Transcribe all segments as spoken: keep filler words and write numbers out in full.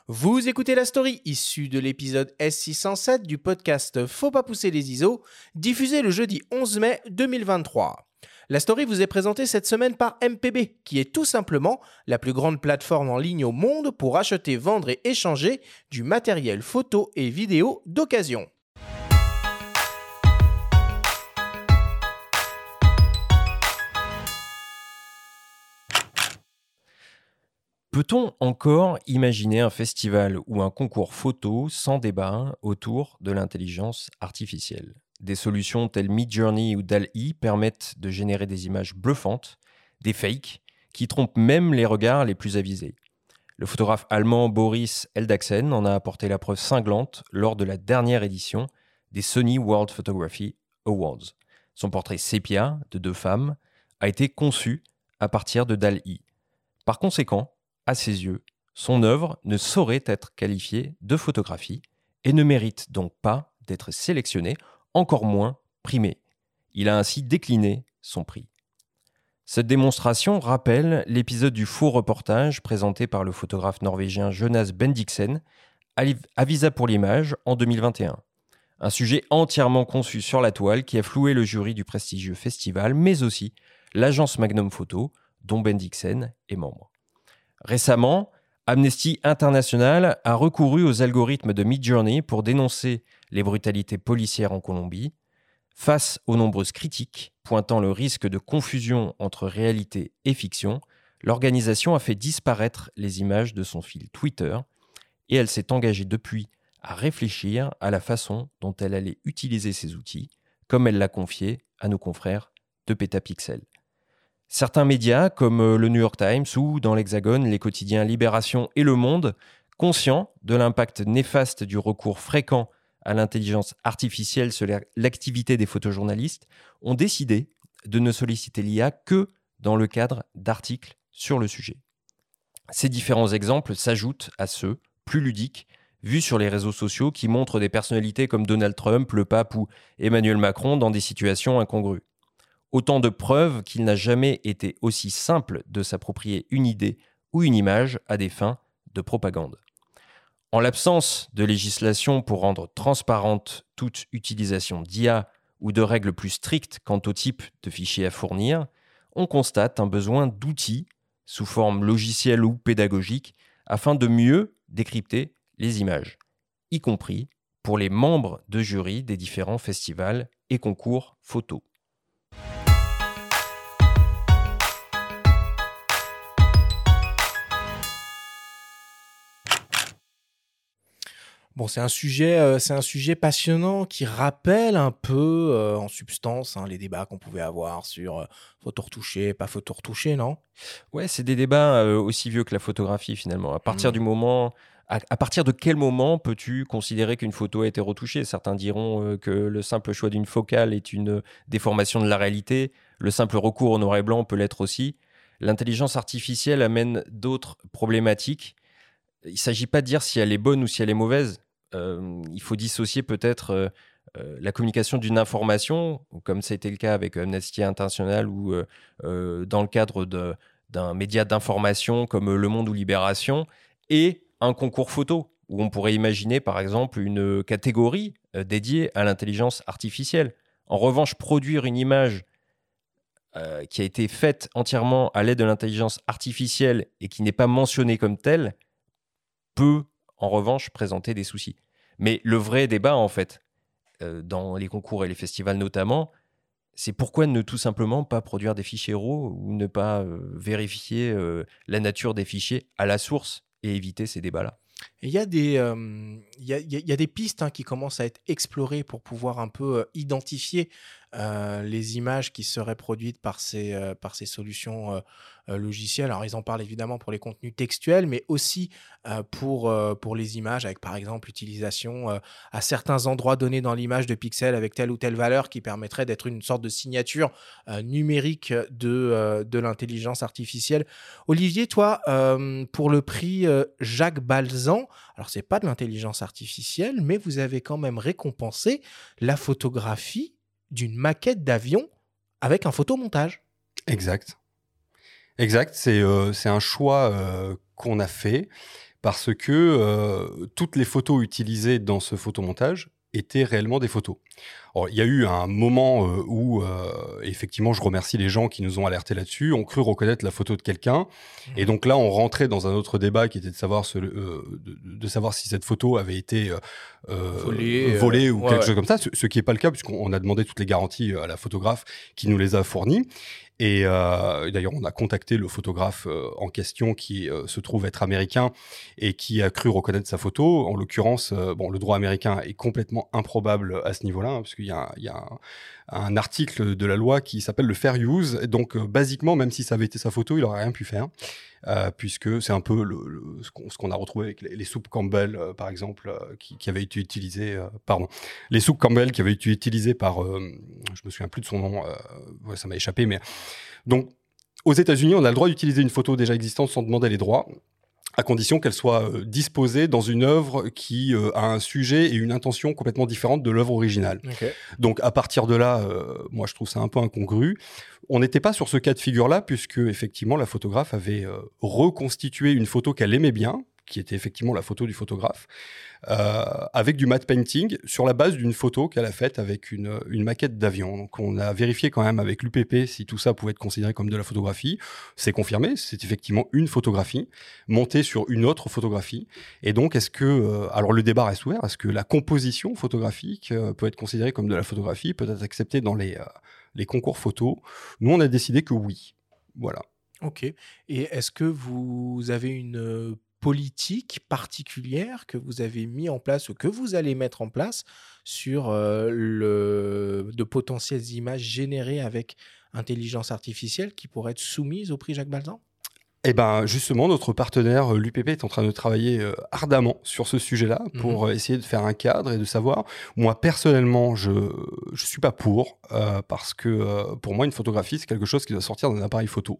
Vous écoutez La Story, issue de l'épisode S six cent sept du podcast Faut pas pousser les I S O, diffusé le jeudi onze mai deux mille vingt-trois. La Story vous est présentée cette semaine par M P B, qui est tout simplement la plus grande plateforme en ligne au monde pour acheter, vendre et échanger du matériel photo et vidéo d'occasion. Peut-on encore imaginer un festival ou un concours photo sans débat autour de l'intelligence artificielle ? Des solutions telles Midjourney ou D A L L-E permettent de générer des images bluffantes, des fakes, qui trompent même les regards les plus avisés. Le photographe allemand Boris Eldagsen en a apporté la preuve cinglante lors de la dernière édition des Sony World Photography Awards. Son portrait sépia de deux femmes a été conçu à partir de D A L L-E. Par conséquent, à ses yeux, son œuvre ne saurait être qualifiée de photographie et ne mérite donc pas d'être sélectionnée, encore moins primée. Il a ainsi décliné son prix. Cette démonstration rappelle l'épisode du faux reportage présenté par le photographe norvégien Jonas Bendiksen à Visa pour l'image en deux mille vingt et un. Un sujet entièrement conçu sur la toile qui a floué le jury du prestigieux festival, mais aussi l'agence Magnum Photo, dont Bendiksen est membre. Récemment, Amnesty International a recouru aux algorithmes de Midjourney pour dénoncer les brutalités policières en Colombie. Face aux nombreuses critiques pointant le risque de confusion entre réalité et fiction, l'organisation a fait disparaître les images de son fil Twitter et elle s'est engagée depuis à réfléchir à la façon dont elle allait utiliser ces outils, comme elle l'a confié à nos confrères de Pétapixel. Certains médias, comme le New York Times ou, dans l'Hexagone, les quotidiens Libération et Le Monde, conscients de l'impact néfaste du recours fréquent à l'intelligence artificielle sur l'activité des photojournalistes, ont décidé de ne solliciter l'I A que dans le cadre d'articles sur le sujet. Ces différents exemples s'ajoutent à ceux, plus ludiques, vus sur les réseaux sociaux qui montrent des personnalités comme Donald Trump, le pape ou Emmanuel Macron dans des situations incongrues. Autant de preuves qu'il n'a jamais été aussi simple de s'approprier une idée ou une image à des fins de propagande. En l'absence de législation pour rendre transparente toute utilisation d'I A ou de règles plus strictes quant au type de fichiers à fournir, on constate un besoin d'outils, sous forme logicielle ou pédagogique, afin de mieux décrypter les images, y compris pour les membres de jury des différents festivals et concours photos. Bon, c'est un sujet, euh, c'est un sujet passionnant qui rappelle un peu, euh, en substance, hein, les débats qu'on pouvait avoir sur euh, photo retouchée, pas photo retouchée, non ? Ouais, c'est des débats euh, aussi vieux que la photographie finalement. À partir Mmh. du moment, à, à partir de quel moment peux-tu considérer qu'une photo a été retouchée ? Certains diront euh, que le simple choix d'une focale est une déformation de la réalité. Le simple recours au noir et blanc peut l'être aussi. L'intelligence artificielle amène d'autres problématiques. Il ne s'agit pas de dire si elle est bonne ou si elle est mauvaise. Euh, il faut dissocier peut-être euh, euh, la communication d'une information, comme ça a été le cas avec Amnesty International ou euh, euh, dans le cadre de, d'un média d'information comme Le Monde ou Libération, et un concours photo, où on pourrait imaginer par exemple une catégorie euh, dédiée à l'intelligence artificielle. En revanche, produire une image euh, qui a été faite entièrement à l'aide de l'intelligence artificielle et qui n'est pas mentionnée comme telle, peut en revanche présenter des soucis. Mais le vrai débat, en fait, euh, dans les concours et les festivals notamment, c'est pourquoi ne tout simplement pas produire des fichiers RAW ou ne pas euh, vérifier euh, la nature des fichiers à la source et éviter ces débats-là. Et il y a des, euh, il y a, il y a- il y a des pistes, hein, qui commencent à être explorées pour pouvoir un peu euh, identifier euh, les images qui seraient produites par ces, euh, par ces solutions euh, euh, logicielles. Alors, ils en parlent évidemment pour les contenus textuels, mais aussi euh, pour, euh, pour les images, avec par exemple l'utilisation euh, à certains endroits donnés dans l'image de pixels avec telle ou telle valeur qui permettrait d'être une sorte de signature euh, numérique de, euh, de l'intelligence artificielle. Olivier, toi, euh, pour le prix euh, Jacques Balzan, alors c'est pas de l'intelligence artificielle, mais vous avez quand même récompensé la photographie d'une maquette d'avion avec un photomontage. Exact. Exact, c'est euh, c'est un choix euh, qu'on a fait parce que euh, toutes les photos utilisées dans ce photomontage étaient réellement des photos. Alors, il y a eu un moment euh, où, euh, effectivement, je remercie les gens qui nous ont alertés là-dessus, ont cru reconnaître la photo de quelqu'un. Mmh. Et donc là, on rentrait dans un autre débat qui était de savoir, ce, euh, de, de savoir si cette photo avait été euh, volée, volée euh, ou ouais, quelque ouais. chose comme ça, ce, ce qui n'est pas le cas, puisqu'on a demandé toutes les garanties à la photographe qui nous les a fournies. Et euh, d'ailleurs, on a contacté le photographe euh, en question qui euh, se trouve être américain et qui a cru reconnaître sa photo. En l'occurrence, euh, bon, le droit américain est complètement improbable à ce niveau-là, hein, parce qu'il y a, il y a un, un article de la loi qui s'appelle le fair use. Et donc, euh, basiquement, même si ça avait été sa photo, il n'aurait rien pu faire, euh, puisque c'est un peu le, le, ce, qu'on, ce qu'on a retrouvé avec les, les soupes Campbell, euh, par exemple, euh, qui, qui avaient été utilisées, euh, pardon, les soupes Campbell qui avaient été utilisées par, euh, je me souviens plus de son nom, euh, ouais, ça m'a échappé, mais donc, aux États-Unis, on a le droit d'utiliser une photo déjà existante sans demander les droits, à condition qu'elle soit euh, disposée dans une œuvre qui euh, a un sujet et une intention complètement différente de l'œuvre originale. Okay. Donc, à partir de là, euh, moi, je trouve ça un peu incongru. On n'était pas sur ce cas de figure-là, puisque, effectivement, la photographe avait euh, reconstitué une photo qu'elle aimait bien, qui était effectivement la photo du photographe, euh, avec du matte painting sur la base d'une photo qu'elle a faite avec une, une maquette d'avion. Donc on a vérifié quand même avec l'U P P si tout ça pouvait être considéré comme de la photographie. C'est confirmé, c'est effectivement une photographie montée sur une autre photographie. Et donc est-ce que, euh, alors le débat reste ouvert, est-ce que la composition photographique euh, peut être considérée comme de la photographie, peut être acceptée dans les, euh, les concours photos? Nous on a décidé que oui. Voilà. Ok. Et est-ce que vous avez une politique particulière que vous avez mis en place ou que vous allez mettre en place sur euh, le, de potentielles images générées avec intelligence artificielle qui pourraient être soumises au prix Jacques Balzan? Eh ben, justement, notre partenaire, l'U P P, est en train de travailler euh, ardemment sur ce sujet-là pour mmh. essayer de faire un cadre et de savoir. Moi, personnellement, je ne suis pas pour, euh, parce que euh, pour moi, une photographie, c'est quelque chose qui doit sortir d'un appareil photo.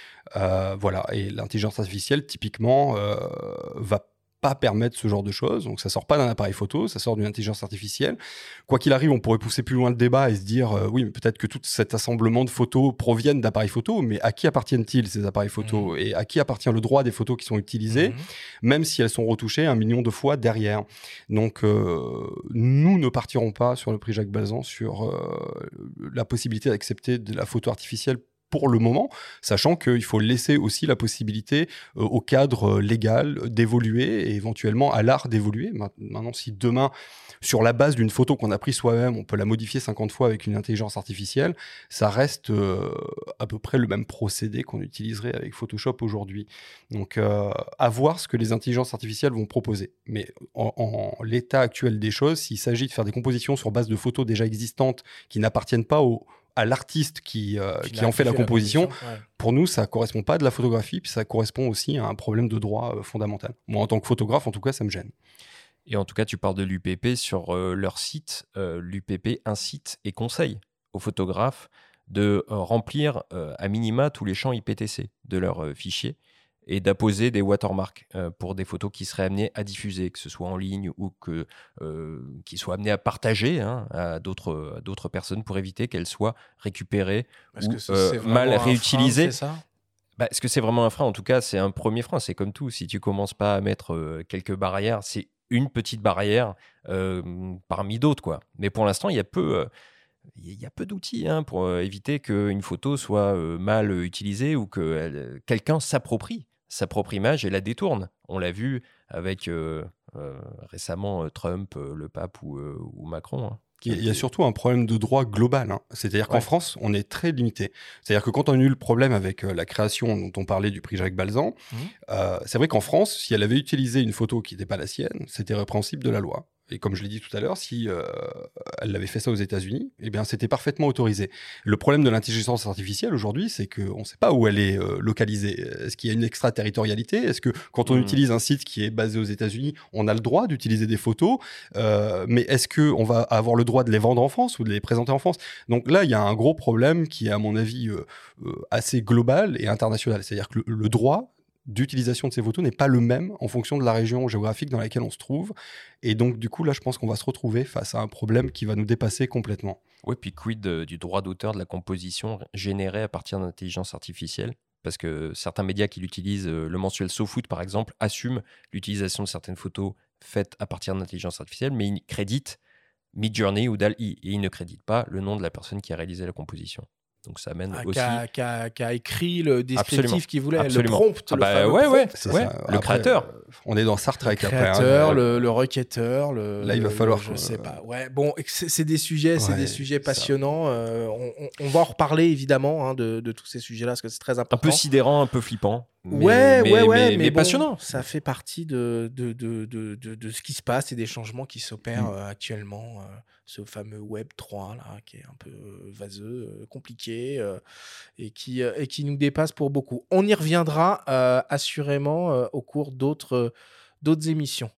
Euh, voilà, et l'intelligence artificielle, typiquement, euh, va pas permettre ce genre de choses. Donc, ça sort pas d'un appareil photo, ça sort d'une intelligence artificielle. Quoi qu'il arrive, on pourrait pousser plus loin le débat et se dire, euh, oui, mais peut-être que tout cet assemblement de photos proviennent d'appareils photo, mais à qui appartiennent-ils ces appareils photos? Mmh. Et à qui appartient le droit des photos qui sont utilisées, mmh. même si elles sont retouchées un million de fois derrière? Donc, euh, nous ne partirons pas sur le prix Jacques Balzan sur euh, la possibilité d'accepter de la photo artificielle pour le moment, sachant qu'il faut laisser aussi la possibilité euh, au cadre euh, légal d'évoluer et éventuellement à l'art d'évoluer. Maintenant, si demain, sur la base d'une photo qu'on a prise soi-même, on peut la modifier cinquante fois avec une intelligence artificielle, ça reste euh, à peu près le même procédé qu'on utiliserait avec Photoshop aujourd'hui. Donc, euh, à voir ce que les intelligences artificielles vont proposer. Mais en, en l'état actuel des choses, s'il s'agit de faire des compositions sur base de photos déjà existantes qui n'appartiennent pas au à l'artiste qui, euh, qui, qui en fait la composition, la composition ouais. Pour nous, ça ne correspond pas à de la photographie, puis ça correspond aussi à un problème de droit euh, fondamental. Moi, en tant que photographe, en tout cas, ça me gêne. Et en tout cas, tu parles de l'U P P sur euh, leur site. Euh, L'U P P incite et conseille aux photographes de euh, remplir euh, à minima tous les champs I P T C de leur euh, fichier et d'apposer des watermarks euh, pour des photos qui seraient amenées à diffuser, que ce soit en ligne ou que, euh, qui soient amenées à partager hein, à, d'autres, à d'autres personnes pour éviter qu'elles soient récupérées Parce ou que euh, mal réutilisées. Frein, c'est ça bah, est-ce que c'est vraiment un frein? En tout cas, c'est un premier frein. C'est comme tout. Si tu ne commences pas à mettre euh, quelques barrières, c'est une petite barrière euh, parmi d'autres, quoi. Mais pour l'instant, il y a peu... Euh, Il y a peu d'outils hein, pour euh, éviter qu'une photo soit euh, mal utilisée ou que euh, quelqu'un s'approprie sa propre image et la détourne. On l'a vu avec euh, euh, récemment euh, Trump, euh, le pape ou, euh, ou Macron. Hein, Il y, a, il y a surtout un problème de droit global. Hein. C'est-à-dire qu'en ouais. France, on est très limité. C'est-à-dire que quand on a eu le problème avec euh, la création dont on parlait du prix Jacques Balzan, mmh. euh, c'est vrai qu'en France, si elle avait utilisé une photo qui n'était pas la sienne, c'était répréhensible de la loi. Et comme je l'ai dit tout à l'heure, si euh, elle avait fait ça aux États-Unis, eh bien, c'était parfaitement autorisé. Le problème de l'intelligence artificielle aujourd'hui, c'est qu'on ne sait pas où elle est euh, localisée. Est-ce qu'il y a une extraterritorialité? Est-ce que quand on mmh. utilise un site qui est basé aux États-Unis, on a le droit d'utiliser des photos euh, Mais est-ce qu'on va avoir le droit de les vendre en France ou de les présenter en France? Donc là, il y a un gros problème qui est, à mon avis, euh, euh, assez global et international. C'est-à-dire que le, le droit d'utilisation de ces photos n'est pas le même en fonction de la région géographique dans laquelle on se trouve. Et donc, du coup, là, je pense qu'on va se retrouver face à un problème qui va nous dépasser complètement. Oui, puis quid euh, du droit d'auteur de la composition générée à partir d'intelligence artificielle? parce que certains médias qui l'utilisent, euh, le mensuel SoFoot par exemple, assument l'utilisation de certaines photos faites à partir d'intelligence artificielle, mais ils créditent Midjourney ou D A L L-E et ils ne créditent pas le nom de la personne qui a réalisé la composition. Donc ça amène Ah, aussi... qui a, qui a- qui a écrit le Absolument. descriptif qu'il voulait, Absolument. le prompt, Ah le bah fameux ouais, prompt. ouais, C'est ouais. ça. Le Après, créateur. euh, on est dans Star Le Trek après. hein. créateur, Euh, le, le requêteur, le, Là, il va le- falloir, je euh, sais pas. Ouais, bon, c'est c'est des sujets, c'est Ouais, des sujets ça- passionnants. euh, on, on- on va en reparler évidemment hein, de, de tous ces sujets-là parce que c'est très Un important. peu sidérant, un peu flippant. Mais, Ouais, mais, ouais, ouais, mais, mais, mais bon, passionnant. ça fait partie de, de, de, de, de, de ce qui se passe et des changements qui s'opèrent Mm. euh, actuellement. euh, ce fameux Web trois, là, qui est un peu euh, vaseux, euh, compliqué euh, et, qui, euh, et qui nous dépasse pour beaucoup. On y reviendra euh, assurément euh, au cours d'autres euh, d'autres émissions.